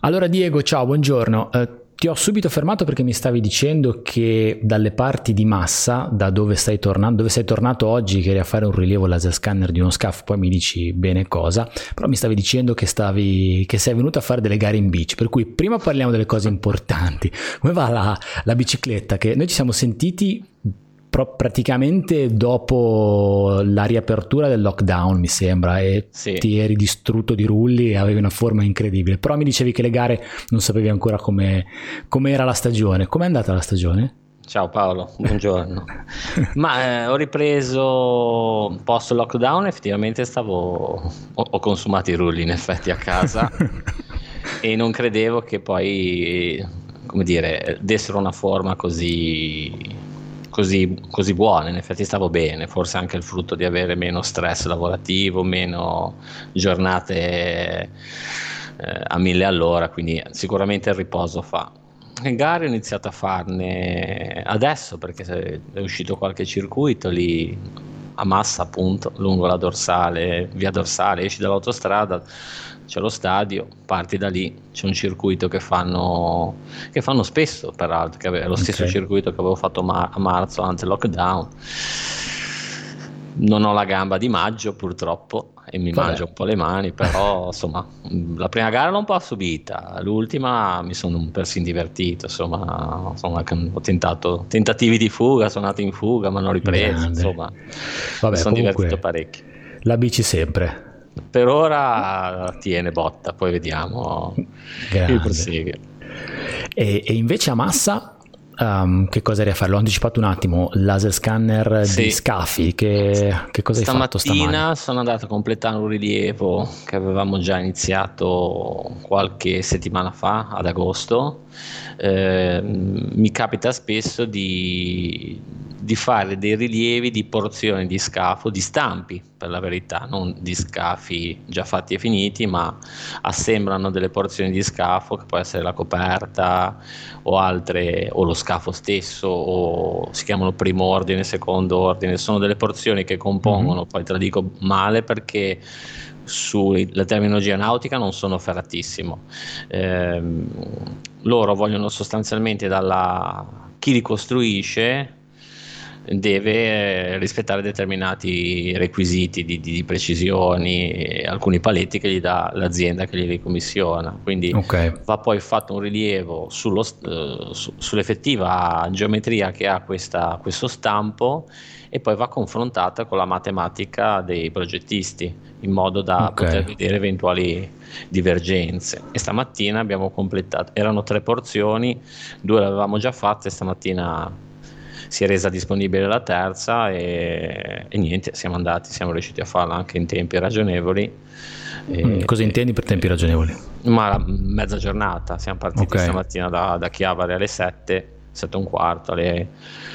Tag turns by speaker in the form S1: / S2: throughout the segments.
S1: Allora Diego, ciao, buongiorno. Ti ho subito fermato perché mi stavi dicendo che dalle parti di Massa, da dove sei tornato oggi, che eri a fare un rilievo laser scanner di uno scafo, poi mi dici bene cosa, però mi stavi dicendo che sei venuto a fare delle gare in bici, per cui prima parliamo delle cose importanti. Come va la bicicletta? Che noi ci siamo sentiti praticamente dopo la riapertura del lockdown, mi sembra, e
S2: Sì,
S1: ti eri distrutto di rulli e avevi una forma incredibile, però mi dicevi che le gare non sapevi ancora come era la stagione. Com'è andata la stagione?
S2: ciao Paolo, buongiorno. Ho ripreso post lockdown, effettivamente ho consumato i rulli in effetti a casa e non credevo che poi, come dire, dessero una forma così buona. In effetti stavo bene, forse anche il frutto di avere meno stress lavorativo, meno giornate a 1000 all'ora, quindi sicuramente il riposo fa. Le gare ho iniziato a farne adesso perché è uscito qualche circuito lì a Massa, appunto, lungo la dorsale, via dorsale, esci dall'autostrada, c'è lo stadio, parti da lì, c'è un circuito che fanno spesso, peraltro, è lo stesso
S1: Ok.
S2: circuito che avevo fatto a marzo ante lockdown. Non ho la gamba di maggio purtroppo e mi
S1: Vabbè.
S2: mangio un po' le mani, però insomma la prima gara l'ho un po' subita, l'ultima mi sono persino divertito, insomma, ho tentato tentativi di fuga, sono andato in fuga ma non ho ripreso,
S1: Grande.
S2: insomma mi
S1: Vabbè,
S2: sono divertito
S1: comunque
S2: parecchio.
S1: la bici sempre.
S2: Per ora tiene botta, poi vediamo il
S1: Grande.
S2: prosegue.
S1: E invece a Massa, che cosa eri a fare? L'ho anticipato un attimo, laser scanner di
S2: Sì.
S1: scafi, che cosa hai fatto stamani?
S2: Stamattina sono andato a completare un rilievo che avevamo già iniziato qualche settimana fa, ad agosto. Mi capita spesso di fare dei rilievi di porzioni di scafo, di stampi per la verità, non di scafi già fatti e finiti, ma assemblano delle porzioni di scafo che può essere la coperta o altre, o lo scafo stesso, o si chiamano primo ordine, secondo ordine, sono delle porzioni che
S1: Mhm.
S2: compongono, poi te la dico male perché sulla terminologia nautica non sono ferratissimo. Ehm, Loro vogliono sostanzialmente chi li costruisce deve rispettare determinati requisiti di precisioni e alcuni paletti che gli dà l'azienda che gli ricommissiona. Quindi
S1: Ok,
S2: va poi fatto un rilievo sull'effettiva geometria che ha questo stampo e poi va confrontata con la matematica dei progettisti in modo da
S1: ok.
S2: poter vedere eventuali divergenze. E stamattina abbiamo completato, erano 3 porzioni, 2 le avevamo già fatte, stamattina si è resa disponibile la terza e niente, siamo riusciti a farla anche in tempi ragionevoli.
S1: Cosa intendi per tempi ragionevoli?
S2: Ma mezza giornata, siamo
S1: Ok.
S2: partiti stamattina da Chiavari alle 7, 7 e un quarto, alle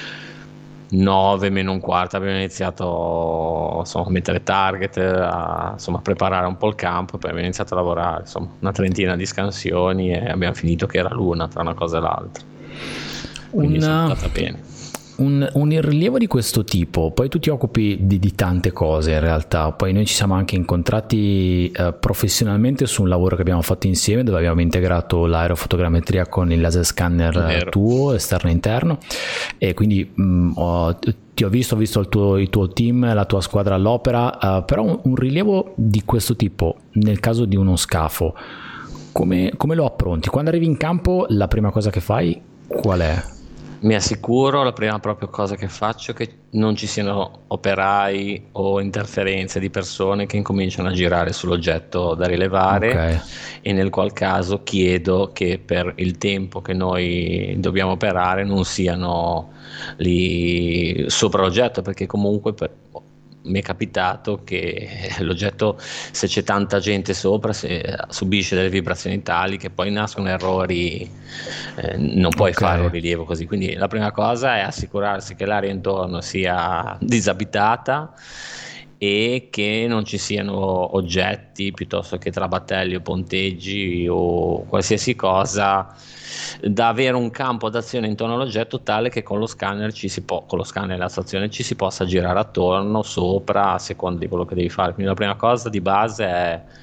S2: 9 meno un quarto abbiamo iniziato insomma, a mettere target, a preparare un po' il campo, poi abbiamo iniziato a lavorare, insomma, una trentina di scansioni e abbiamo finito che era l'una tra una cosa e l'altra. Quindi insomma, è
S1: Un,
S2: andata bene.
S1: un rilievo di questo tipo, poi tu ti occupi di tante cose in realtà, poi noi ci siamo anche incontrati professionalmente su un lavoro che abbiamo fatto insieme dove abbiamo integrato l'aerofotogrammetria con il laser scanner
S2: Vero.
S1: tuo, esterno e interno, e quindi ti ho visto il tuo team, la tua squadra all'opera, però un rilievo di questo tipo nel caso di uno scafo, come lo appronti? Quando arrivi in campo la prima cosa che fai qual è?
S2: Mi assicuro, la prima proprio cosa che faccio è che non ci siano operai o interferenze di persone che incominciano a girare sull'oggetto da
S1: Ok.
S2: rilevare e nel qual caso chiedo che per il tempo che noi dobbiamo operare non siano lì sopra l'oggetto perché comunque mi è capitato che l'oggetto, se c'è tanta gente sopra, subisce delle vibrazioni tali che poi nascono errori, non puoi
S1: Ok.
S2: fare un rilievo così. Quindi la prima cosa è assicurarsi che l'area intorno sia disabitata e che non ci siano oggetti piuttosto che trabattelli o ponteggi o qualsiasi cosa da avere un campo d'azione intorno all'oggetto tale che con lo scanner con lo scanner e la stazione ci si possa girare attorno, sopra, a seconda di quello che devi fare. Quindi la prima cosa di base è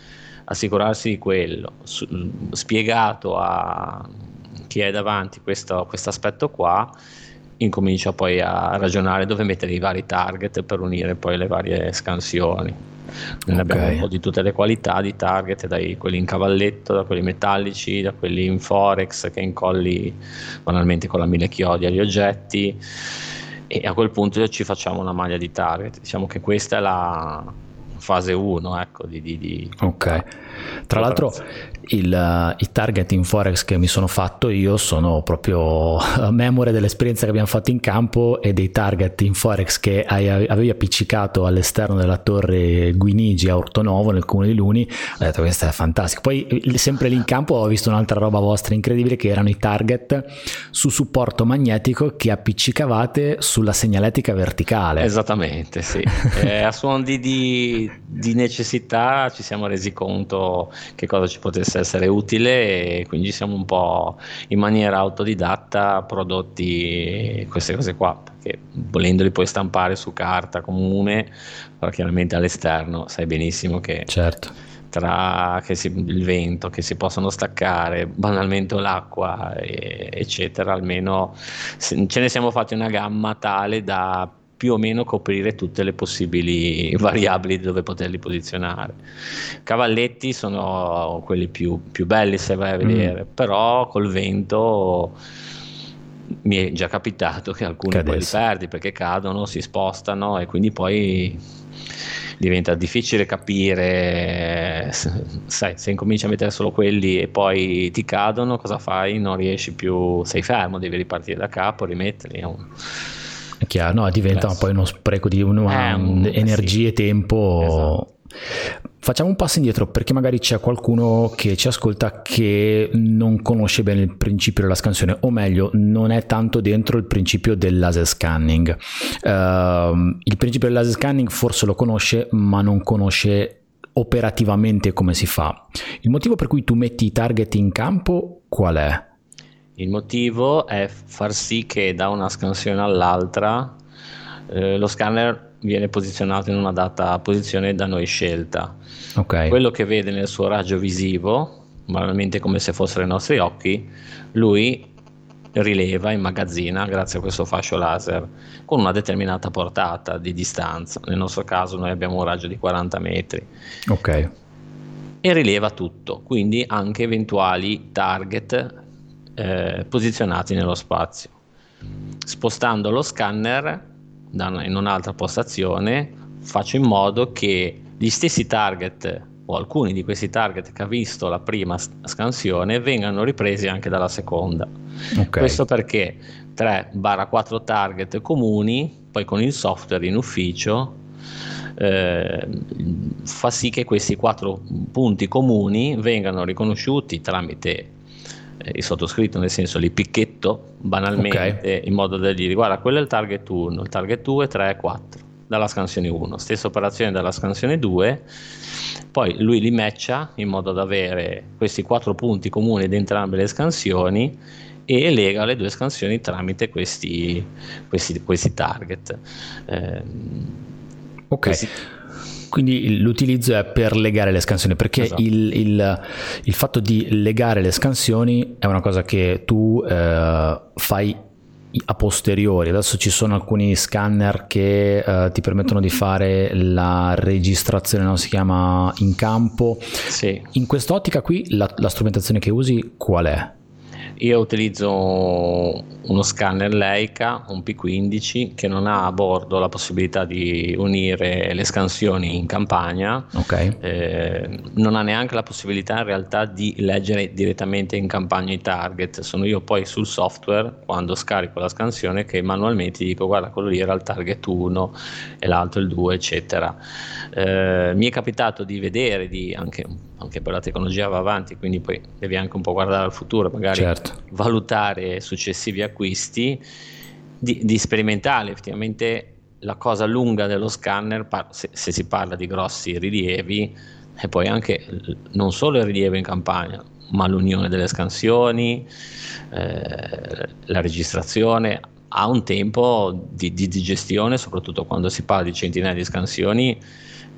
S2: assicurarsi di quello, spiegato a chi è davanti questo aspetto qua, incomincia poi a ragionare dove mettere i vari target per unire poi le varie scansioni. Noi abbiamo un po' di tutte le qualità di target, dai quelli in cavalletto, da quelli metallici, da quelli in forex che incolli banalmente con la 1000 chiodi agli oggetti, e a quel punto ci facciamo una maglia di target. Diciamo che questa è la fase 1, ecco,
S1: ok. Tra l'altro i target in forex che mi sono fatto io sono proprio memore dell'esperienza che abbiamo fatto in campo e dei target in forex che avevi appiccicato all'esterno della torre Guinigi a Ortonovo nel comune di Luni. Ho detto questa è fantastica. Poi sempre lì in campo ho visto un'altra roba vostra incredibile, che erano i target su supporto magnetico che appiccicavate sulla segnaletica verticale.
S2: Esattamente, sì. A suon di necessità ci siamo resi conto che cosa ci potesse essere utile, e quindi siamo un po' in maniera autodidatta prodotti queste cose qua, perché volendoli poi stampare su carta comune, però chiaramente all'esterno sai benissimo che
S1: certo,
S2: tra il vento, che si possono staccare banalmente, l'acqua, eccetera, almeno ce ne siamo fatti una gamma tale da più o meno coprire tutte le possibili variabili dove poterli posizionare. Cavalletti sono quelli più belli se vai a vedere, però col vento mi è già capitato che alcuni poi li perdi perché cadono, si spostano, e quindi poi diventa difficile capire, sai, se incominci a mettere solo quelli e poi ti cadono, cosa fai? Non riesci più, sei fermo, devi ripartire da capo, rimetterli.
S1: È chiaro, no, diventa poi uno spreco di energie e tempo. Esatto. Facciamo un passo indietro, perché magari c'è qualcuno che ci ascolta che non conosce bene il principio della scansione, o meglio, non è tanto dentro il principio del laser scanning. Il principio del laser scanning forse lo conosce, ma non conosce operativamente come si fa. Il motivo per cui tu metti i target in campo qual è?
S2: Il motivo è far sì che da una scansione all'altra lo scanner viene posizionato in una data posizione da noi scelta.
S1: Okay.
S2: Quello che vede nel suo raggio visivo, banalmente come se fossero i nostri occhi, lui rileva, immagazzina grazie a questo fascio laser con una determinata portata di distanza. Nel nostro caso noi abbiamo un raggio di 40 metri.
S1: Ok.
S2: E rileva tutto, quindi anche eventuali target posizionati nello spazio. Spostando lo scanner in un'altra postazione, faccio in modo che gli stessi target o alcuni di questi target che ha visto la prima scansione vengano ripresi anche dalla seconda. Okay. Questo perché 3-4 target comuni, poi con il software in ufficio fa sì che questi 4 punti comuni vengano riconosciuti tramite il sottoscritto, nel senso li picchetto banalmente, in modo da dire guarda, quello è il target 1, il target 2, 3 e 4 dalla scansione 1, stessa operazione dalla scansione 2, poi lui li matcha in modo da avere questi 4 punti comuni di entrambe le scansioni e lega le 2 scansioni tramite questi target.
S1: Quindi l'utilizzo è per legare le scansioni, perché esatto. il fatto di legare le scansioni è una cosa che tu fai a posteriori. Adesso ci sono alcuni scanner che ti permettono di fare la registrazione, no? Si chiama in campo.
S2: Sì.
S1: In quest'ottica qui la strumentazione che usi qual è?
S2: Io utilizzo uno scanner Leica, un P15, che non ha a bordo la possibilità di unire le scansioni in campagna. Non ha neanche la possibilità in realtà di leggere direttamente in campagna i target. Sono io poi sul software, quando scarico la scansione, che manualmente dico guarda, quello lì era il target 1 e l'altro il 2, eccetera. Mi è capitato di vedere, anche per la tecnologia va avanti, quindi poi devi anche un po' guardare al futuro, magari certo. Valutare successivi acquisti, di sperimentare effettivamente la cosa lunga dello scanner, se si parla di grossi rilievi, e poi anche non solo il rilievo in campagna, ma l'unione delle scansioni, la registrazione. Ha un tempo di gestione, soprattutto quando si parla di centinaia di scansioni,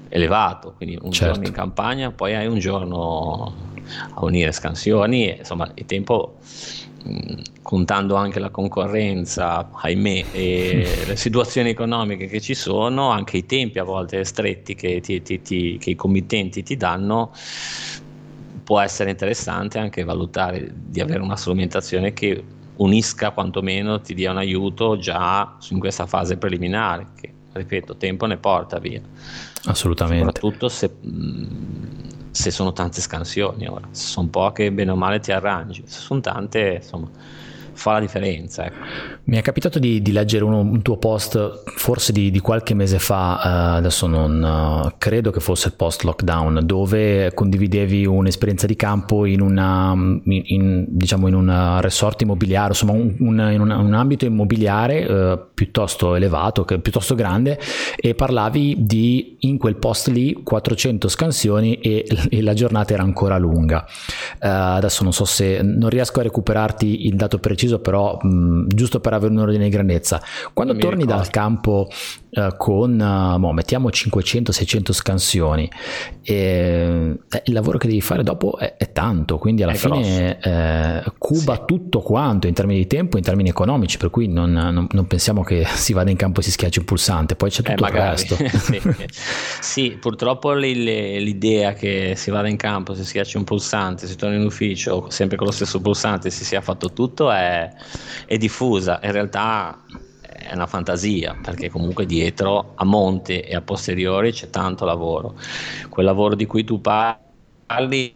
S2: elevato, quindi un
S1: Certo.
S2: giorno in campagna, poi hai un giorno a unire scansioni, e, insomma, il tempo, contando anche la concorrenza, ahimè, e le situazioni economiche che ci sono, anche i tempi a volte stretti che i committenti ti danno, può essere interessante anche valutare di avere una strumentazione che unisca, quantomeno ti dia un aiuto già in questa fase preliminare, che ripeto, tempo ne porta via,
S1: Assolutamente.
S2: soprattutto se sono tante scansioni. Ora, se sono poche, bene o male ti arrangi, se sono tante, insomma, fa la differenza, ecco.
S1: Mi è capitato di leggere un tuo post forse di qualche mese fa, adesso non credo che fosse il post lockdown, dove condividevi un'esperienza di campo in diciamo in un resort immobiliare, insomma in un ambito immobiliare piuttosto elevato, piuttosto grande, e parlavi di, in quel post lì, 400 scansioni e la giornata era ancora lunga. Adesso non so, se non riesco a recuperarti il dato preciso, però giusto per avere un ordine di grandezza, quando torni dal campo con mettiamo 500-600 scansioni, il lavoro che devi fare dopo è tanto, quindi alla fine cuba tutto quanto in termini di tempo, in termini economici, per cui non pensiamo che si vada in campo e si schiaccia il pulsante, poi c'è tutto il resto.
S2: Sì, purtroppo l'idea che si vada in campo, si schiaccia un pulsante, si torna in ufficio sempre con lo stesso pulsante, si sia fatto tutto, è diffusa. In realtà è una fantasia, perché comunque dietro, a monte e a posteriori, c'è tanto lavoro. Quel lavoro di cui tu parli,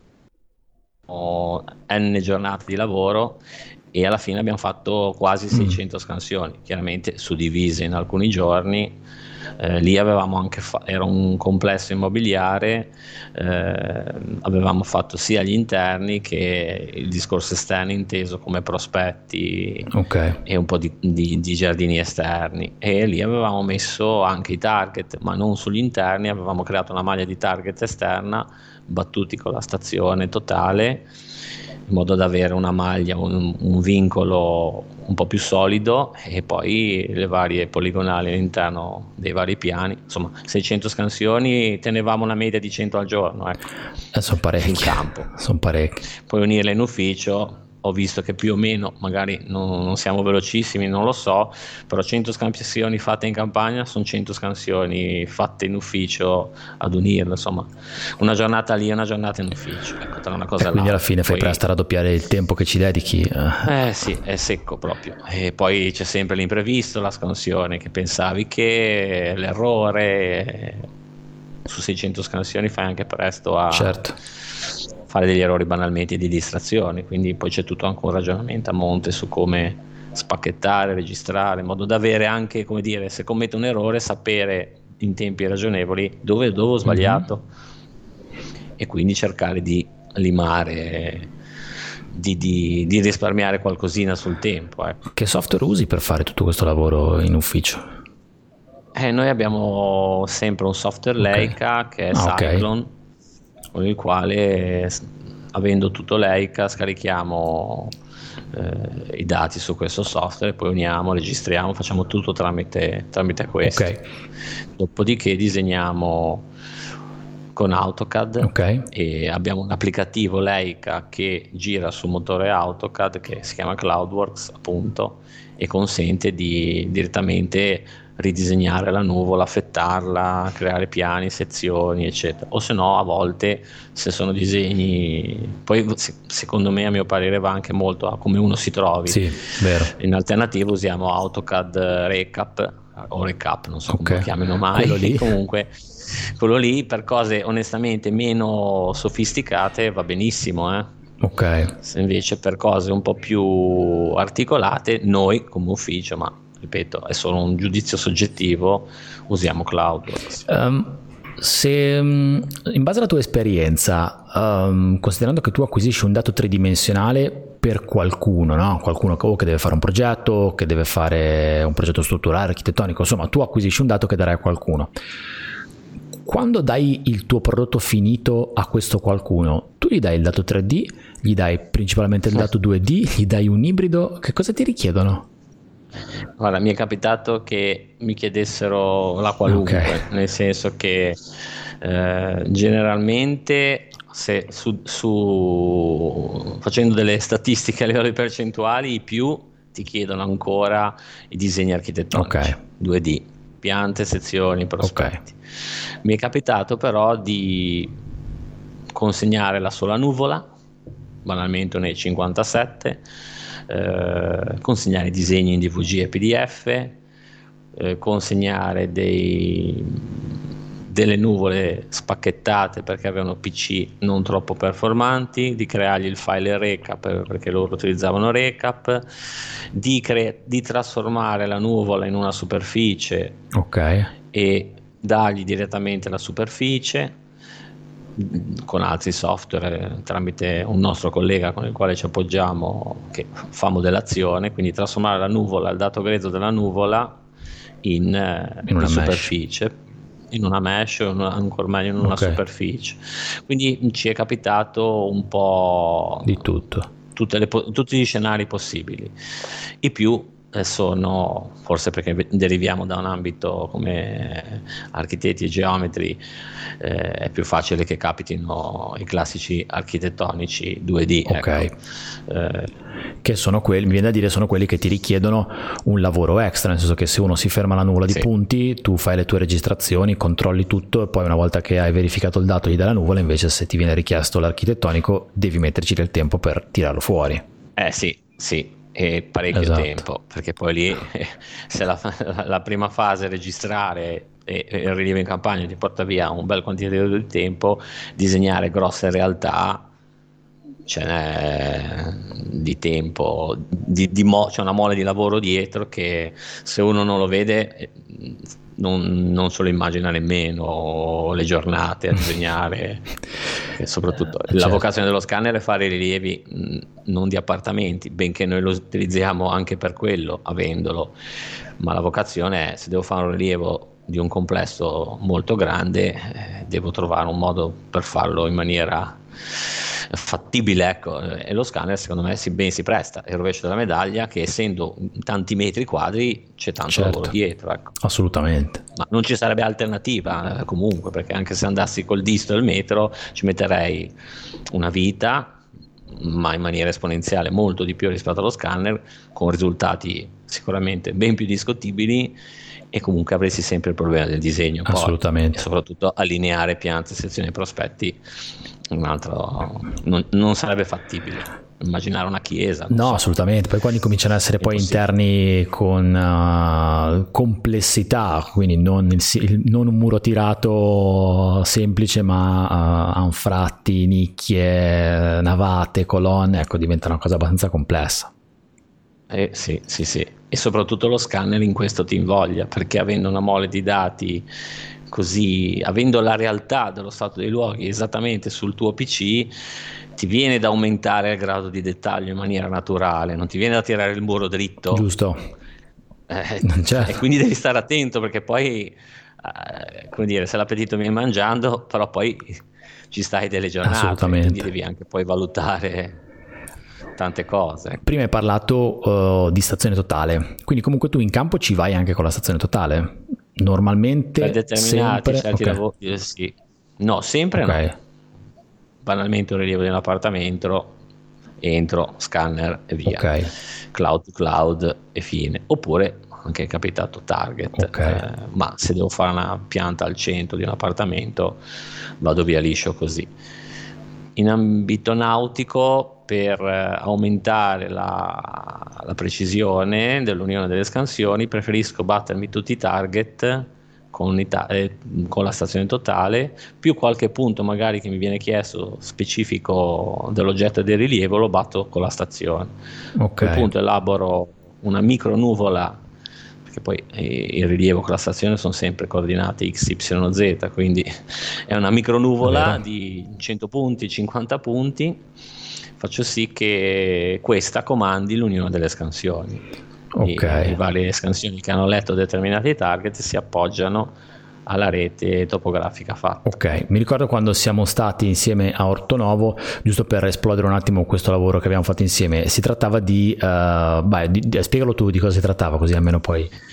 S2: n giornate di lavoro, e alla fine abbiamo fatto quasi 600 scansioni, chiaramente suddivise in alcuni giorni. Lì avevamo anche era un complesso immobiliare, avevamo fatto sia gli interni che il discorso esterno, inteso come prospetti, e un po' di giardini esterni, e lì avevamo messo anche i target, ma non sugli interni. Avevamo creato una maglia di target esterna battuti con la stazione totale, in modo da avere una maglia, un vincolo un po' più solido, e poi le varie poligonali all'interno dei vari piani. Insomma, 600 scansioni, tenevamo una media di 100 al giorno, ecco.
S1: Sono parecchi
S2: in campo.
S1: Sono parecchi.
S2: Poi unirle in ufficio, ho visto che più o meno, magari non siamo velocissimi, non lo so, però 100 scansioni fatte in campagna sono 100 scansioni fatte in ufficio ad unirle. Insomma, una giornata lì e una giornata in ufficio, ecco, tra una cosa e
S1: quindi alla fine
S2: poi,
S1: fai presto a raddoppiare il tempo che ci dedichi.
S2: Sì, è secco proprio. E poi c'è sempre l'imprevisto, la scansione che pensavi, che l'errore. Su 600 scansioni fai anche presto a fare degli errori banalmente di distrazioni, quindi poi c'è tutto anche un ragionamento a monte su come spacchettare, registrare, in modo da avere anche, come dire, se commetto un errore, sapere in tempi ragionevoli dove ho sbagliato, e quindi cercare di limare, di risparmiare qualcosina sul tempo, ecco.
S1: Che software usi per fare tutto questo lavoro in ufficio?
S2: Noi abbiamo sempre un software Leica che è Cyclone, con il quale, avendo tutto Leica, scarichiamo i dati su questo software, poi uniamo, registriamo, facciamo tutto tramite questo. Dopodiché disegniamo con AutoCAD, e abbiamo un applicativo Leica che gira sul motore AutoCAD che si chiama Cloudworks, appunto, e consente di direttamente ridisegnare la nuvola, affettarla, creare piani, sezioni, eccetera. O se no, a volte, se sono disegni, poi secondo me, a mio parere, va anche molto a come uno si trovi.
S1: Sì, vero.
S2: In alternativa usiamo AutoCAD Recap o Recap, non so come lo chiamino mai.
S1: Quello lì.
S2: Comunque quello lì per cose onestamente meno sofisticate va benissimo, Se invece per cose un po' più articolate, noi come ufficio, ma ripeto, è solo un giudizio soggettivo, usiamo Cloudworks.
S1: Se in base alla tua esperienza, considerando che tu acquisisci un dato tridimensionale per qualcuno, no? Qualcuno che deve fare un progetto, che deve fare un progetto strutturale, architettonico, insomma, tu acquisisci un dato che darai a qualcuno. Quando dai il tuo prodotto finito a questo qualcuno, tu gli dai il dato 3D, gli dai principalmente il dato 2D, gli dai un ibrido, che cosa ti richiedono?
S2: Guarda, mi è capitato che mi chiedessero la qualunque, nel senso che Generalmente facendo delle statistiche a livello di percentuali, i più ti chiedono ancora i disegni architettonici, 2D, piante, sezioni, prospetti. Mi è capitato però di consegnare la sola nuvola, banalmente nei 57, consegnare i disegni in DVG e PDF, consegnare delle nuvole spacchettate perché avevano PC non troppo performanti, di creargli il file recap perché loro utilizzavano recap, di trasformare la nuvola in una superficie e dargli direttamente la superficie con altri software, tramite un nostro collega con il quale ci appoggiamo che fa modellazione, quindi trasformare la nuvola, il dato grezzo della nuvola in una superficie, in una mesh o ancora meglio in una superficie. Quindi ci è capitato un po'
S1: di tutto,
S2: tutti gli scenari possibili. I più sono, forse perché deriviamo da un ambito come architetti e geometri, è più facile che capitino i classici architettonici 2D,
S1: che sono quelli, mi viene da dire, sono quelli che ti richiedono un lavoro extra, nel senso che se uno si ferma alla nuvola di punti, tu fai le tue registrazioni, controlli tutto e poi una volta che hai verificato il dato gli dai la nuvola. Invece se ti viene richiesto l'architettonico devi metterci del tempo per tirarlo fuori.
S2: Sì, e parecchio tempo, perché poi lì se la prima fase registrare e il rilievo in campagna ti porta via un bel quantitativo di tempo, disegnare grosse realtà ce n'è di tempo, c'è una mole di lavoro dietro che se uno non lo vede non se lo immagina nemmeno, le giornate a disegnare. E soprattutto la vocazione dello scanner è fare i rilievi non di appartamenti, benché noi lo utilizziamo anche per quello, avendolo, ma la vocazione è: se devo fare un rilievo di un complesso molto grande, devo trovare un modo per farlo in maniera fattibile, ecco, e lo scanner secondo me si presta. È il rovescio della medaglia che, essendo tanti metri quadri, c'è tanto lavoro dietro, ecco.
S1: Assolutamente,
S2: ma non ci sarebbe alternativa comunque, perché anche se andassi col disto e il metro ci metterei una vita, ma in maniera esponenziale molto di più rispetto allo scanner, con risultati sicuramente ben più discutibili, e comunque avresti sempre il problema del disegno.
S1: Assolutamente.
S2: Poi, e soprattutto allineare piante, sezioni e prospetti non sarebbe fattibile. Immaginare una chiesa,
S1: assolutamente. Poi quando cominciano ad essere poi interni con complessità, quindi non un muro tirato semplice, ma anfratti, nicchie, navate, colonne, ecco, diventa una cosa abbastanza complessa.
S2: Sì. E soprattutto lo scanner in questo ti invoglia, perché avendo una mole di dati così, avendo la realtà dello stato dei luoghi esattamente sul tuo PC, ti viene da aumentare il grado di dettaglio in maniera naturale, non ti viene da tirare il muro dritto.
S1: Giusto.
S2: E quindi devi stare attento, perché poi come dire, se l'appetito viene mangiando, però poi ci stai delle giornate, quindi devi anche poi valutare tante cose.
S1: Prima hai parlato di stazione totale, quindi comunque tu in campo ci vai anche con la stazione totale? Normalmente
S2: per determinati
S1: sempre?
S2: Certi lavori sì. No, sempre no. Banalmente un rilievo di un appartamento, entro, scanner e via. Cloud to cloud e fine. Oppure anche è capitato target, ma se devo fare una pianta al centro di un appartamento vado via liscio così. In ambito nautico, per aumentare la precisione dell'unione delle scansioni, preferisco battermi tutti i target con la stazione totale, più qualche punto magari che mi viene chiesto specifico dell'oggetto e del rilievo, lo batto con la stazione. A quel punto elaboro una micro nuvola, perché poi il rilievo con la stazione sono sempre coordinate x, y, z, quindi è una micro nuvola di 100 punti, 50 punti. Faccio sì che questa comandi l'unione delle scansioni. Le varie scansioni che hanno letto determinati target si appoggiano alla rete topografica fatta.
S1: Mi ricordo quando siamo stati insieme a Ortonovo, giusto per esplodere un attimo questo lavoro che abbiamo fatto insieme, si trattava di spiegalo tu di cosa si trattava, così almeno poi.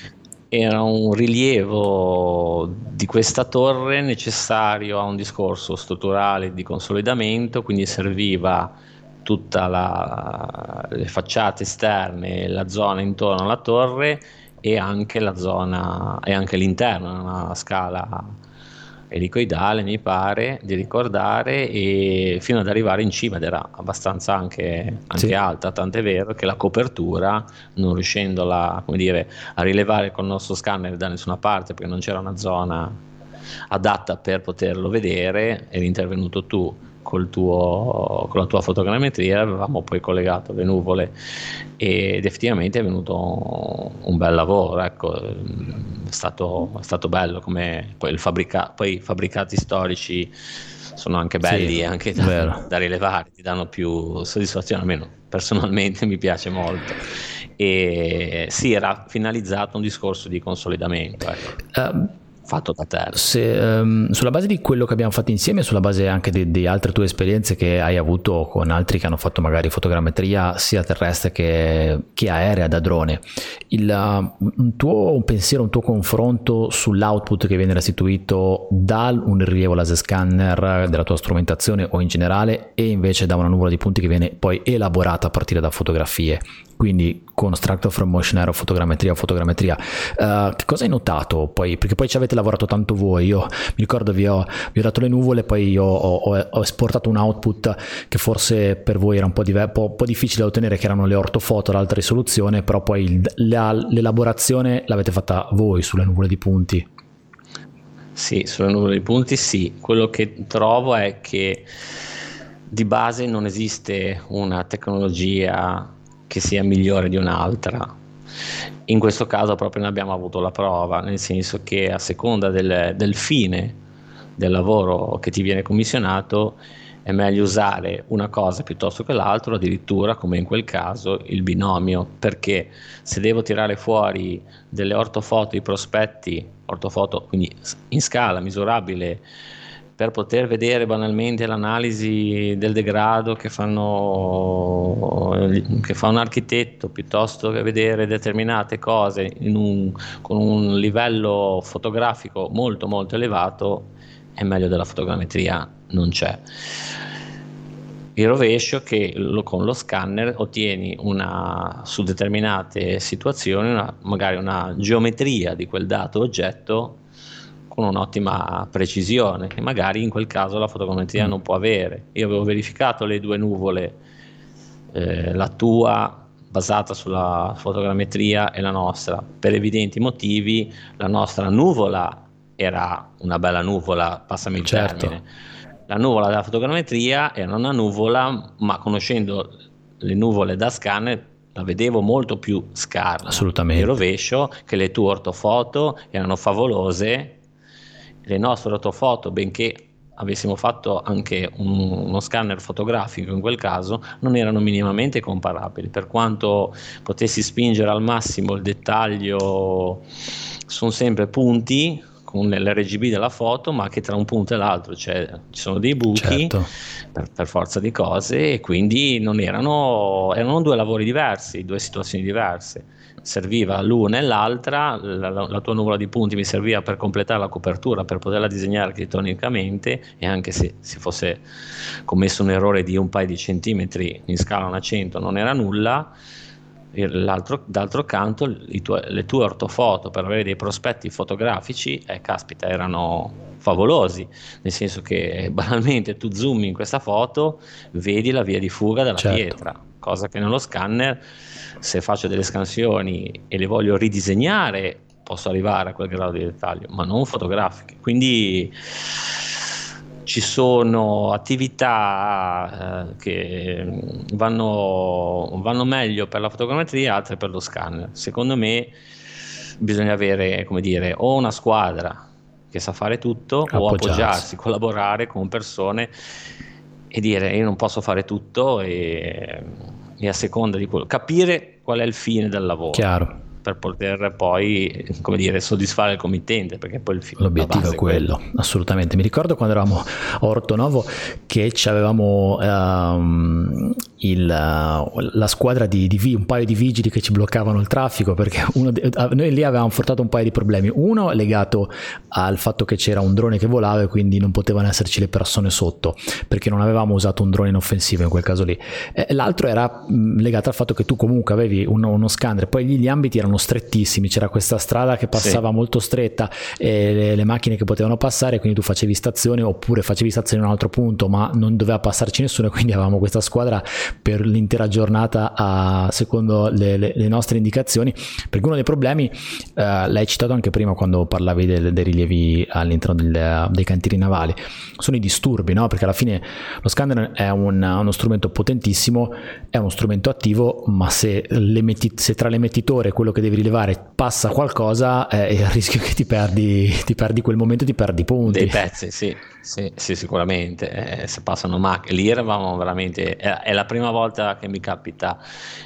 S2: era un rilievo di questa torre necessario a un discorso strutturale di consolidamento, quindi serviva tutta le facciate esterne, la zona intorno alla torre e anche la zona e anche l'interno, una scala elicoidale mi pare di ricordare, e fino ad arrivare in cima, ed era abbastanza anche
S1: Sì.
S2: alta, tant'è vero che la copertura, non riuscendola, come dire, a rilevare col nostro scanner da nessuna parte perché non c'era una zona adatta per poterlo vedere, eri intervenuto tu con la tua fotogrammetria, avevamo poi collegato le nuvole ed effettivamente è venuto un bel lavoro, ecco. È stato bello, come poi i fabbricati storici sono anche belli,
S1: Sì,
S2: e anche
S1: vero.
S2: da rilevare, ti danno più soddisfazione, almeno personalmente mi piace molto. E sì, era finalizzato a un discorso di consolidamento, ecco. Fatto da terra.
S1: Sulla base di quello che abbiamo fatto insieme, sulla base anche di altre tue esperienze che hai avuto con altri che hanno fatto magari fotogrammetria sia terrestre che aerea da drone, un pensiero, un tuo confronto sull'output che viene restituito da un rilievo laser scanner della tua strumentazione o in generale, e invece da una nuvola di punti che viene poi elaborata a partire da fotografie, quindi con Structure from Motion Aero, fotogrammetria, che cosa hai notato poi? Perché poi ci avete lavorato tanto voi, io mi ricordo vi ho dato le nuvole, poi io ho esportato un output che forse per voi era un po' difficile da ottenere, che erano le ortofoto ad alta risoluzione, però poi l'elaborazione l'avete fatta voi sulle nuvole di punti.
S2: Sì, sulle nuvole di punti sì. Quello che trovo è che di base non esiste una tecnologia che sia migliore di un'altra. In questo caso proprio ne abbiamo avuto la prova, nel senso che a seconda del fine del lavoro che ti viene commissionato è meglio usare una cosa piuttosto che l'altro, addirittura come in quel caso il binomio, perché se devo tirare fuori delle ortofoto, i prospetti, ortofoto quindi in scala misurabile, per poter vedere banalmente l'analisi del degrado che fa un architetto, piuttosto che vedere determinate cose con un livello fotografico molto molto elevato, è meglio della fotogrammetria non c'è. Il rovescio che con lo scanner ottieni su determinate situazioni magari una geometria di quel dato oggetto con un'ottima precisione che magari in quel caso la fotogrammetria non può avere. Io avevo verificato le due nuvole, la tua basata sulla fotogrammetria e la nostra. Per evidenti motivi la nostra nuvola era una bella nuvola, passami il termine. La nuvola della fotogrammetria era una nuvola, ma conoscendo le nuvole da scanner la vedevo molto più scarna.
S1: Assolutamente.
S2: Il rovescio, che le tue ortofoto erano favolose, le nostre ortofoto, benché avessimo fatto anche uno scanner fotografico in quel caso, non erano minimamente comparabili, per quanto potessi spingere al massimo il dettaglio. Sono sempre punti con l'RGB della foto, ma che tra un punto e l'altro ci sono dei buchi,
S1: certo,
S2: per forza di cose, e quindi erano due lavori diversi, due situazioni diverse. Serviva l'una e l'altra, la tua nuvola di punti mi serviva per completare la copertura, per poterla disegnare architettonicamente, e anche se si fosse commesso un errore di un paio di centimetri in scala 1/100 non era nulla. D'altro canto le tue ortofoto per avere dei prospetti fotografici, caspita, erano favolosi, nel senso che banalmente tu zoomi in questa foto, vedi la via di fuga della pietra, cosa che nello scanner, se faccio delle scansioni e le voglio ridisegnare, posso arrivare a quel grado di dettaglio, ma non fotografiche. Quindi ci sono attività che vanno meglio per la fotogrammetria, altre per lo scanner. Secondo me bisogna avere, come dire, o una squadra che sa fare tutto, o appoggiarsi, collaborare con persone e dire io non posso fare tutto, e a seconda di quello capire qual è il fine del lavoro.
S1: Chiaro.
S2: Per poter poi, come dire, soddisfare il committente, perché poi
S1: l'obiettivo è quello, assolutamente. Mi ricordo quando eravamo a Orto Novo che ci avevamo la squadra di un paio di vigili che ci bloccavano il traffico, perché noi lì avevamo affrontato un paio di problemi, uno legato al fatto che c'era un drone che volava e quindi non potevano esserci le persone sotto, perché non avevamo usato un drone inoffensivo in quel caso lì. L'altro era legato al fatto che tu comunque avevi uno scanner, poi lì gli ambiti erano strettissimi, c'era questa strada che passava molto stretta e le macchine che potevano passare, quindi tu facevi stazione oppure facevi stazione in un altro punto ma non doveva passarci nessuno, e quindi avevamo questa squadra per l'intera giornata secondo le nostre indicazioni, perché uno dei problemi l'hai citato anche prima quando parlavi dei rilievi all'interno dei cantieri navali, sono i disturbi, no? Perché alla fine lo scanner è uno strumento potentissimo, è uno strumento attivo, ma se tra l'emettitore e quello che devi rilevare passa qualcosa, è il rischio che ti perdi quel momento, ti perdi punti,
S2: dei pezzi. Sì, sicuramente. Se passano macchine, lì eravamo veramente, è la prima volta che mi capita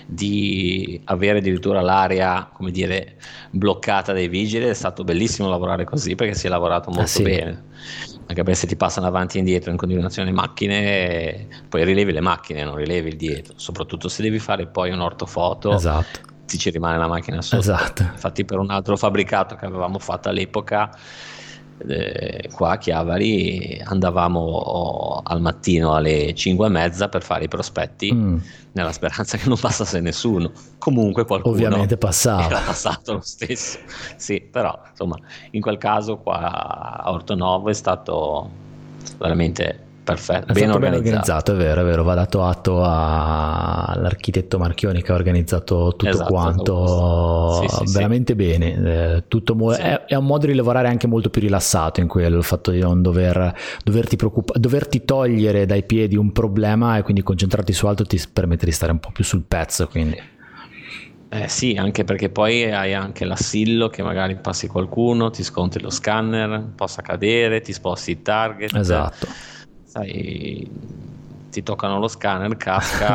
S2: di avere addirittura l'area, come dire, bloccata dai vigili. È stato bellissimo lavorare così, perché si è lavorato molto bene, anche perché se ti passano avanti e indietro in continuazione macchine, poi rilevi le macchine, non rilevi il dietro, soprattutto se devi fare poi un ortofoto.
S1: Esatto.
S2: Ti ci rimane la macchina sotto.
S1: Esatto.
S2: Infatti, per un altro fabbricato che avevamo fatto all'epoca, qua a Chiavari, andavamo al mattino alle 5:30 per fare i prospetti, nella speranza che non passasse nessuno. Comunque qualcuno
S1: ovviamente passava,
S2: era passato lo stesso. Sì, però insomma in quel caso qua a Ortonovo è stato veramente perfetto, ben organizzato.
S1: È vero, va dato atto all'architetto Marchioni che ha organizzato tutto quanto veramente bene. È un modo di lavorare anche molto più rilassato in quello, il fatto di non doverti togliere dai piedi un problema e quindi concentrarti su altro ti permette di stare un po' più sul pezzo, quindi.
S2: Sì, anche perché poi hai anche l'assillo che magari passi qualcuno, ti scontri lo scanner, possa cadere, ti sposti il target.
S1: Esatto.
S2: Sai, ti toccano lo scanner, casca.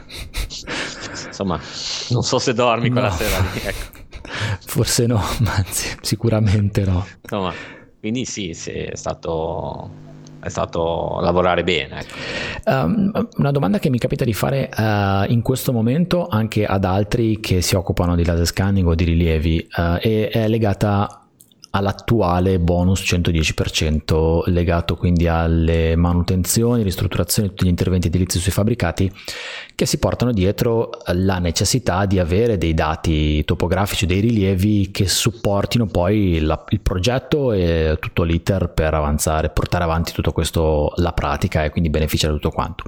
S2: Insomma, non so se dormi quella sera lì, ecco.
S1: Forse no, anzi, sicuramente no.
S2: Insomma, quindi sì, è stato lavorare bene, ecco.
S1: Una domanda che mi capita di fare in questo momento anche ad altri che si occupano di laser scanning o di rilievi è legata all'attuale bonus 110%, legato quindi alle manutenzioni, ristrutturazioni, tutti gli interventi edilizi sui fabbricati, che si portano dietro la necessità di avere dei dati topografici, dei rilievi che supportino poi il progetto e tutto l'iter per avanzare, portare avanti tutto questo, la pratica, e quindi beneficiare da tutto quanto.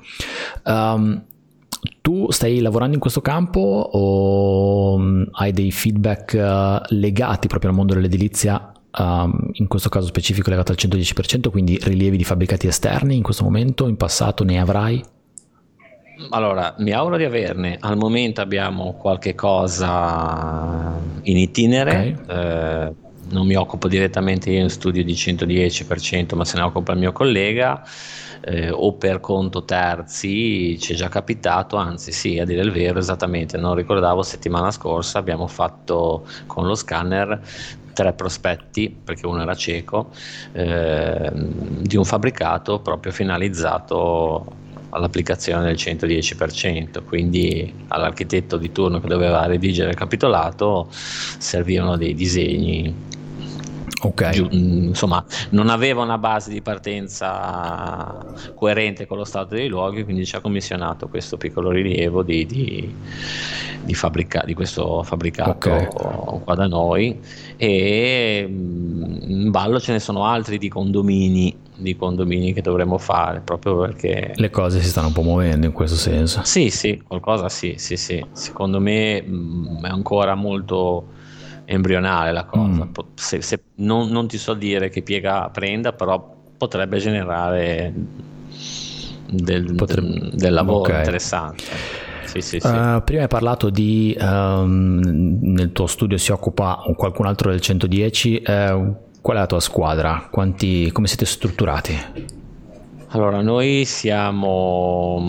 S1: Tu stai lavorando in questo campo o hai dei feedback legati proprio al mondo dell'edilizia, in questo caso specifico legato al 110%, quindi rilievi di fabbricati esterni in questo momento, in passato ne avrai?
S2: Allora, mi auguro di averne. Al momento abbiamo qualche cosa in itinere.
S1: Okay.
S2: Non mi occupo direttamente io in studio di 110%, ma se ne occupa il mio collega. O per conto terzi ci è già capitato, anzi sì, a dire il vero, esattamente, non ricordavo, settimana scorsa abbiamo fatto con lo scanner 3 prospetti, perché uno era cieco, di un fabbricato proprio finalizzato all'applicazione del 110%, quindi all'architetto di turno che doveva redigere il capitolato servivano dei disegni. Insomma, non aveva una base di partenza coerente con lo stato dei luoghi, quindi ci ha commissionato questo piccolo rilievo di questo fabbricato qua da noi, e in ballo ce ne sono altri di condomini che dovremmo fare, proprio perché
S1: le cose si stanno un po' muovendo in questo senso.
S2: Sì, qualcosa sì. Secondo me è ancora molto embrionale la cosa. Se non ti so dire che piega prenda, però potrebbe generare del lavoro interessante. Sì.
S1: Prima hai parlato di nel tuo studio si occupa qualcun altro del 110. Qual è la tua squadra? Come siete strutturati?
S2: Allora, noi siamo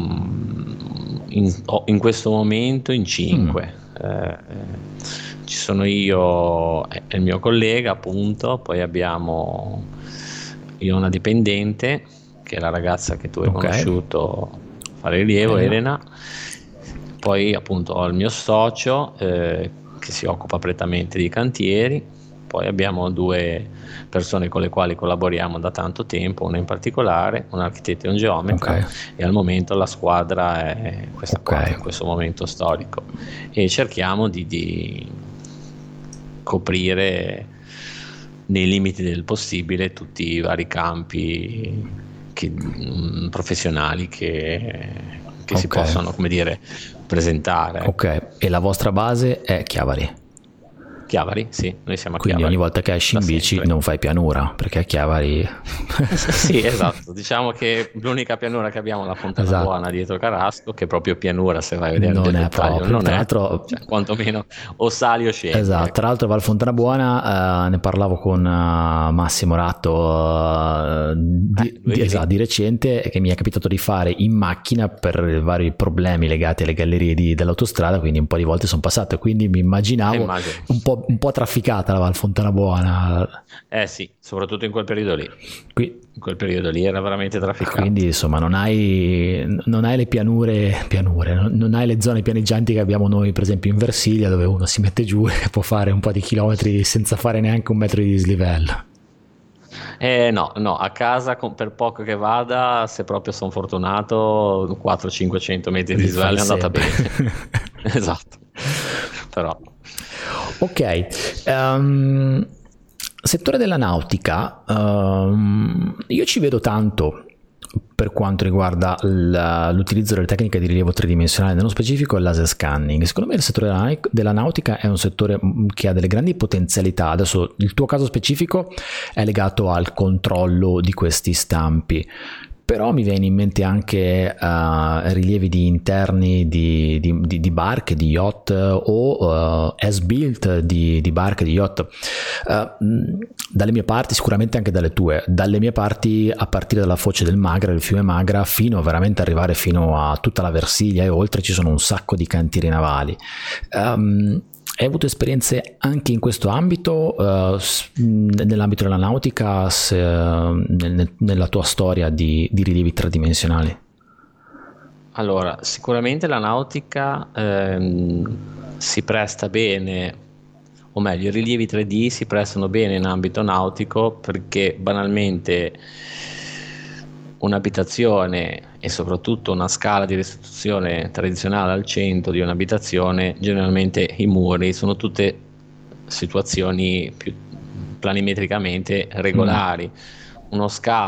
S2: in questo momento in 5. Ci sono io e il mio collega, appunto, poi abbiamo io una dipendente, che è la ragazza che tu hai conosciuto fare rilievo, Elena. Poi appunto ho il mio socio che si occupa prettamente di cantieri, poi abbiamo 2 persone con le quali collaboriamo da tanto tempo, una in particolare, un architetto e un geometra, e al momento la squadra è questa qua in questo momento storico, e cerchiamo di coprire nei limiti del possibile tutti i vari campi professionali che si possono, come dire, presentare.
S1: Ok, e la vostra base è Chiavari?
S2: Chiavari, sì, noi siamo a
S1: Quindi
S2: Chiavari.
S1: Ogni volta che esci in bici
S2: sempre.
S1: Non fai pianura, perché a Chiavari...
S2: Sì, esatto, diciamo che l'unica pianura che abbiamo è la Fontana Buona dietro Carasco, che è proprio pianura, se vai a vedere
S1: non
S2: nel
S1: è
S2: dettaglio,
S1: proprio,
S2: non
S1: tra
S2: è,
S1: l'altro,
S2: cioè, quantomeno o sali o scendi.
S1: Esatto, tra l'altro Val Fontana Buona, ne parlavo con Massimo Ratto di recente, che mi è capitato di fare in macchina per vari problemi legati alle gallerie dell'autostrada, quindi un po' di volte sono passato, quindi mi immaginavo un po' trafficata la Val Fontana Buona.
S2: Sì, soprattutto in quel periodo lì. In quel periodo lì era veramente trafficato.
S1: Quindi insomma non hai le pianure, non hai le zone pianeggianti che abbiamo noi, per esempio in Versilia, dove uno si mette giù e può fare un po' di chilometri senza fare neanche 1 metro di dislivello.
S2: No, a casa per poco che vada, se proprio sono fortunato, 400-500 metri di dislivello è andata bene. Esatto. Però
S1: ok, settore della nautica, io ci vedo tanto per quanto riguarda l'utilizzo delle tecniche di rilievo tridimensionale, nello specifico il laser scanning. Secondo me il settore della nautica è un settore che ha delle grandi potenzialità. Adesso il tuo caso specifico è legato al controllo di questi stampi, però mi viene in mente anche rilievi di interni di barche, di yacht, o as-built di barche, di yacht. Dalle mie parti, sicuramente anche dalle tue, dalle mie parti, a partire dalla foce del Magra, del fiume Magra, fino a veramente arrivare fino a tutta la Versilia e oltre, ci sono un sacco di cantieri navali. Hai avuto esperienze anche in questo ambito, nell'ambito della nautica, nella tua storia di rilievi tridimensionali?
S2: Allora, sicuramente la nautica si presta bene, o meglio, i rilievi 3D si prestano bene in ambito nautico, perché banalmente un'abitazione e soprattutto una scala di restituzione tradizionale al centro di un'abitazione, generalmente i muri sono tutte situazioni più planimetricamente regolari. Uno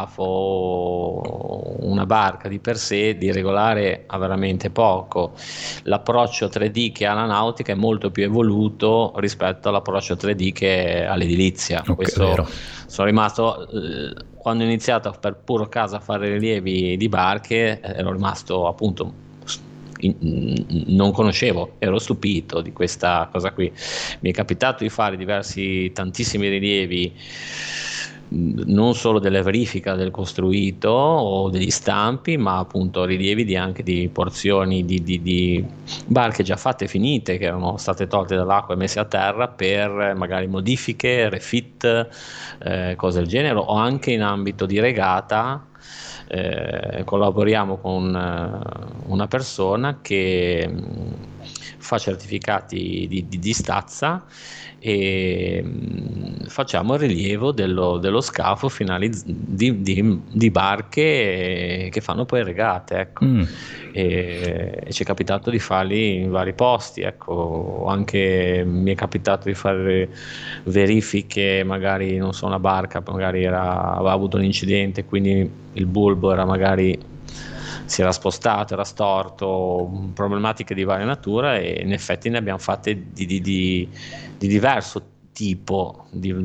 S2: scafo, una barca di per sé di regolare ha veramente poco. L'approccio 3D che ha la nautica è molto più evoluto rispetto all'approccio 3D che ha l'edilizia. Questo sono rimasto, quando ho iniziato per puro caso a fare rilievi di barche, ero rimasto appunto, non conoscevo, ero stupito di questa cosa qui. Mi è capitato di fare tantissimi rilievi, non solo delle verifiche del costruito o degli stampi, ma appunto rilievi anche di porzioni di barche già fatte e finite, che erano state tolte dall'acqua e messe a terra per magari modifiche, refit, cose del genere, o anche in ambito di regata. Collaboriamo con una persona che fa certificati di stazza, e facciamo il rilievo dello scafo di barche che fanno poi regate, ecco. E ci è capitato di farli in vari posti, ecco. Anche mi è capitato di fare verifiche, magari non so, una barca magari aveva avuto un incidente, quindi il bulbo si era spostato, era storto, problematiche di varia natura, e in effetti ne abbiamo fatte di diverso tipo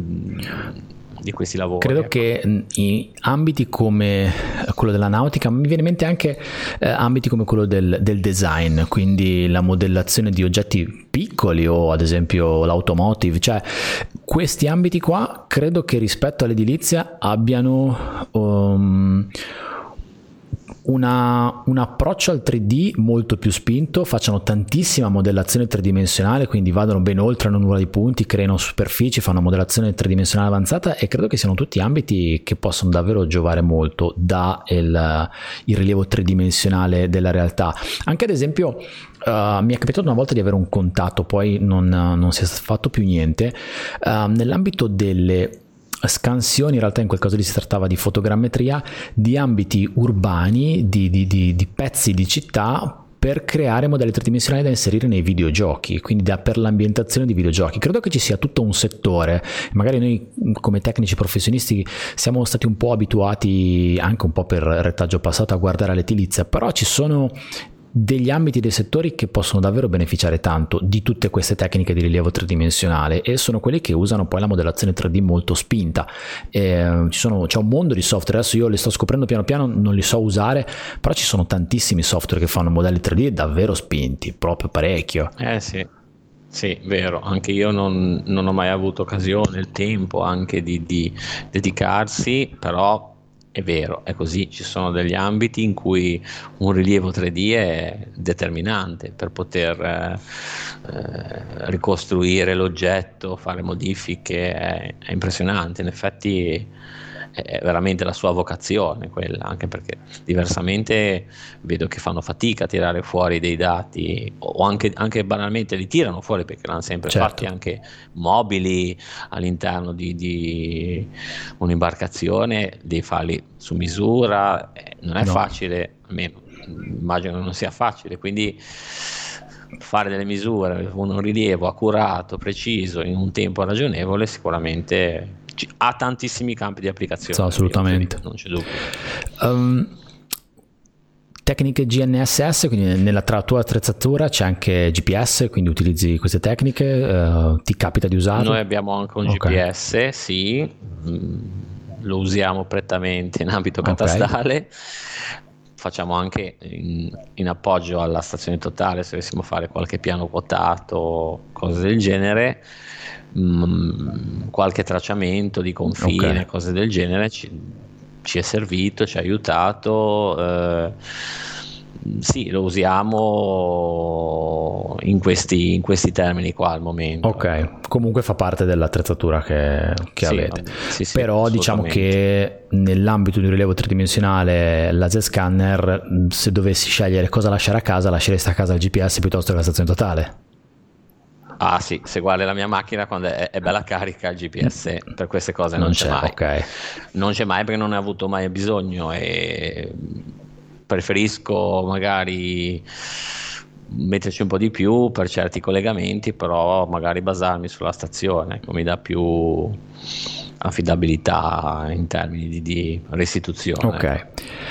S2: di questi lavori.
S1: Credo
S2: ecco.
S1: Che in ambiti come quello della nautica, mi viene in mente anche ambiti come quello del design, quindi la modellazione di oggetti piccoli, o ad esempio l'automotive, cioè questi ambiti qua credo che rispetto all'edilizia abbiano un approccio al 3D molto più spinto, facciano tantissima modellazione tridimensionale, quindi vadano ben oltre la nuvola di punti, creano superfici, fanno modellazione tridimensionale avanzata, e credo che siano tutti ambiti che possono davvero giovare molto da il rilievo tridimensionale della realtà. Anche ad esempio mi è capitato una volta di avere un contatto, poi non si è fatto più niente, nell'ambito delle scansioni, in realtà in quel caso lì si trattava di fotogrammetria di ambiti urbani, di pezzi di città, per creare modelli tridimensionali da inserire nei videogiochi, quindi per l'ambientazione di videogiochi. Credo che ci sia tutto un settore, magari noi come tecnici professionisti siamo stati un po' abituati, anche un po' per retaggio passato, a guardare all'edilizia, però ci sono degli ambiti, dei settori che possono davvero beneficiare tanto di tutte queste tecniche di rilievo tridimensionale, e sono quelli che usano poi la modellazione 3D molto spinta. C'è un mondo di software, adesso io li sto scoprendo piano piano, non li so usare, però ci sono tantissimi software che fanno modelli 3D davvero spinti, proprio parecchio.
S2: Sì, vero, anche io non ho mai avuto occasione, il tempo anche di dedicarsi, però è vero, è così, ci sono degli ambiti in cui un rilievo 3D è determinante per poter ricostruire l'oggetto, fare modifiche, è impressionante, in effetti è veramente la sua vocazione quella, anche perché diversamente vedo che fanno fatica a tirare fuori dei dati, o anche banalmente li tirano fuori perché l'hanno sempre fatti, anche mobili all'interno di un'imbarcazione, devi farli su misura, non è facile, almeno immagino che non sia facile, quindi fare delle misure, un rilievo accurato, preciso, in un tempo ragionevole, sicuramente ha tantissimi campi di applicazione.
S1: Assolutamente,
S2: non c'è dubbio.
S1: Tecniche GNSS, quindi nella tua attrezzatura c'è anche GPS, quindi utilizzi queste tecniche, ti capita di usarlo?
S2: Noi abbiamo anche un GPS, sì, lo usiamo prettamente in ambito catastale, facciamo anche in appoggio alla stazione totale, se dovessimo fare qualche piano quotato, cose del genere, qualche tracciamento di confine, cose del genere ci è servito, ci ha aiutato, sì, lo usiamo in questi termini qua al momento.
S1: Ok, comunque fa parte dell'attrezzatura che avete. Sì, però diciamo che nell'ambito di un rilievo tridimensionale laser scanner, se dovessi scegliere cosa lasciare a casa, lasceresti a casa il GPS piuttosto che la stazione totale?
S2: Ah sì, se guardi la mia macchina quando è bella carica, il GPS per queste cose non c'è mai. Non c'è mai perché non ne ho avuto mai bisogno, e preferisco magari metterci un po' di più per certi collegamenti, però magari basarmi sulla stazione, mi dà più affidabilità in termini di restituzione.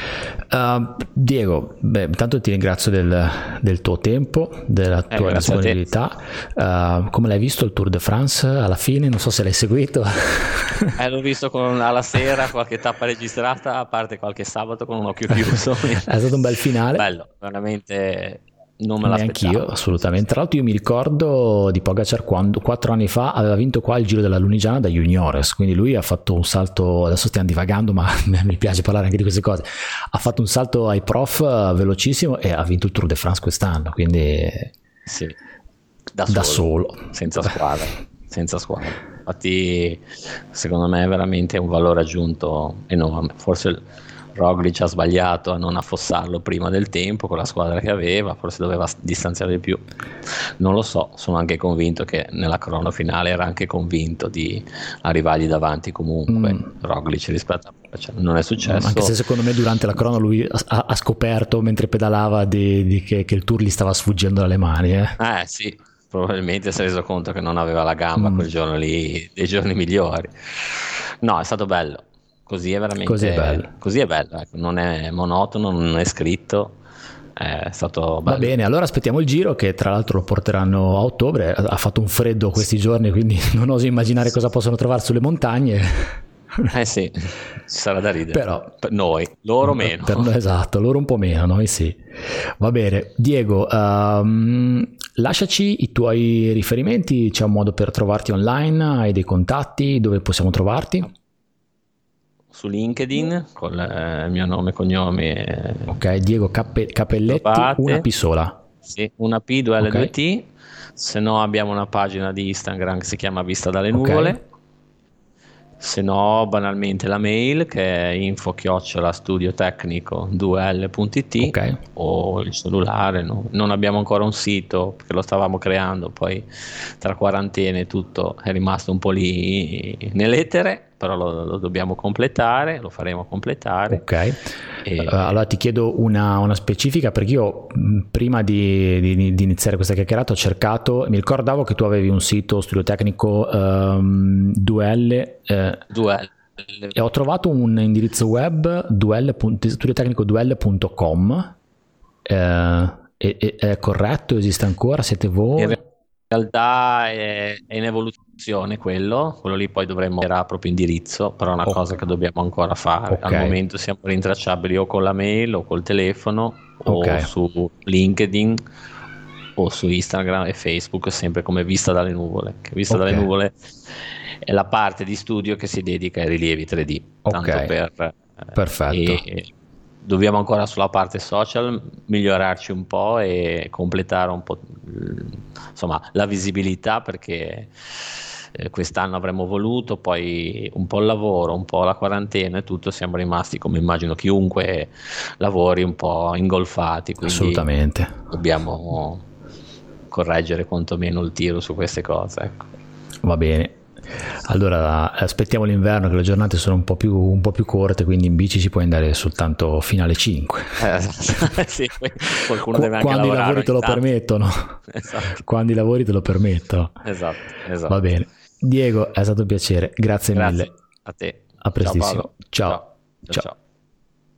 S1: Diego, intanto ti ringrazio del tuo tempo, della tua disponibilità. Come l'hai visto il Tour de France alla fine? Non so se l'hai seguito.
S2: L'ho visto alla sera, qualche tappa registrata, a parte qualche sabato con un occhio chiuso.
S1: È stato un bel finale.
S2: Bello, veramente. Non me l'aspettavo.
S1: Neanch'io, assolutamente. Tra l'altro io mi ricordo di Pogacar quando 4 anni fa aveva vinto qua il Giro della Lunigiana da juniores, quindi lui ha fatto un salto, adesso stiamo divagando ma mi piace parlare anche di queste cose, ha fatto un salto ai prof velocissimo e ha vinto il Tour de France quest'anno, quindi
S2: sì,
S1: da solo.
S2: Senza squadra. Infatti secondo me è veramente un valore aggiunto enorme. Forse Roglic ha sbagliato a non affossarlo prima del tempo con la squadra che aveva, forse doveva distanziare di più, non lo so. Sono anche convinto che nella crono finale era anche convinto di arrivargli davanti comunque Roglic rispetto a Pogacar. Non è successo,
S1: anche se secondo me durante la crono lui ha scoperto mentre pedalava che il Tour gli stava sfuggendo dalle mani.
S2: Sì, probabilmente si è reso conto che non aveva la gamba quel giorno lì, dei giorni migliori. No, è stato bello. Così è veramente bello, ecco. Non è monotono, non è scritto, è stato bello.
S1: Va bene, allora aspettiamo il Giro, che tra l'altro lo porteranno a ottobre. Ha fatto un freddo questi giorni, quindi non oso immaginare cosa possono trovare sulle montagne.
S2: Sì, ci sarà da ridere.
S1: Però
S2: per noi, loro meno.
S1: Esatto, loro un po' meno, noi sì. Va bene, Diego, lasciaci i tuoi riferimenti, c'è un modo per trovarti online, hai dei contatti, dove possiamo trovarti?
S2: su LinkedIn con il mio nome e cognome.
S1: Ok, Diego Cappelletti,
S2: trovate.
S1: una P sola.
S2: Sì, una P, 2 L,
S1: Ok.
S2: 2 T. Se no abbiamo una pagina di Instagram che si chiama Vista dalle Nuvole. Se no, banalmente la mail che è info@studiotecnico2l.it
S1: Ok.
S2: o il cellulare. Non abbiamo ancora un sito perché lo stavamo creando, poi tra quarantene tutto è rimasto un po' lì nell'etere, però lo dobbiamo completare, lo faremo completare.
S1: Ok. Allora ti chiedo una specifica, perché io prima di iniziare questa chiacchierata ho cercato, mi ricordavo che tu avevi un sito Studio Tecnico 2L,
S2: 2L.
S1: e ho trovato un indirizzo web studiotecnico2l.com. È corretto? Esiste ancora? Siete voi?
S2: In realtà è in evoluzione quello lì, poi dovremmo era proprio indirizzo, però è una cosa che dobbiamo ancora fare. Al momento siamo rintracciabili o con la mail o col telefono o su LinkedIn o su Instagram e Facebook, sempre come Vista dalle Nuvole. Che Vista dalle Nuvole è la parte di studio che si dedica ai rilievi 3D. Tanto
S1: perfetto.
S2: Dobbiamo ancora sulla parte social migliorarci un po' e completare un po' insomma la visibilità, perché quest'anno avremmo voluto, poi un po' il lavoro, un po' la quarantena e tutto, siamo rimasti, come immagino chiunque lavori, un po' ingolfati, quindi
S1: assolutamente
S2: dobbiamo correggere quantomeno il tiro su queste cose, ecco.
S1: Va bene. Allora aspettiamo l'inverno, che le giornate sono un po' più corte, quindi in bici si può andare soltanto fino alle 5.
S2: Sì, qualcuno deve anche
S1: quando i
S2: lavorare
S1: lavori te lo
S2: tanto.
S1: permettono.
S2: Esatto.
S1: Quando i lavori te lo permettono.
S2: Esatto.
S1: Va bene. Diego, è stato un piacere, grazie mille.
S2: A te.
S1: A prestissimo. Ciao.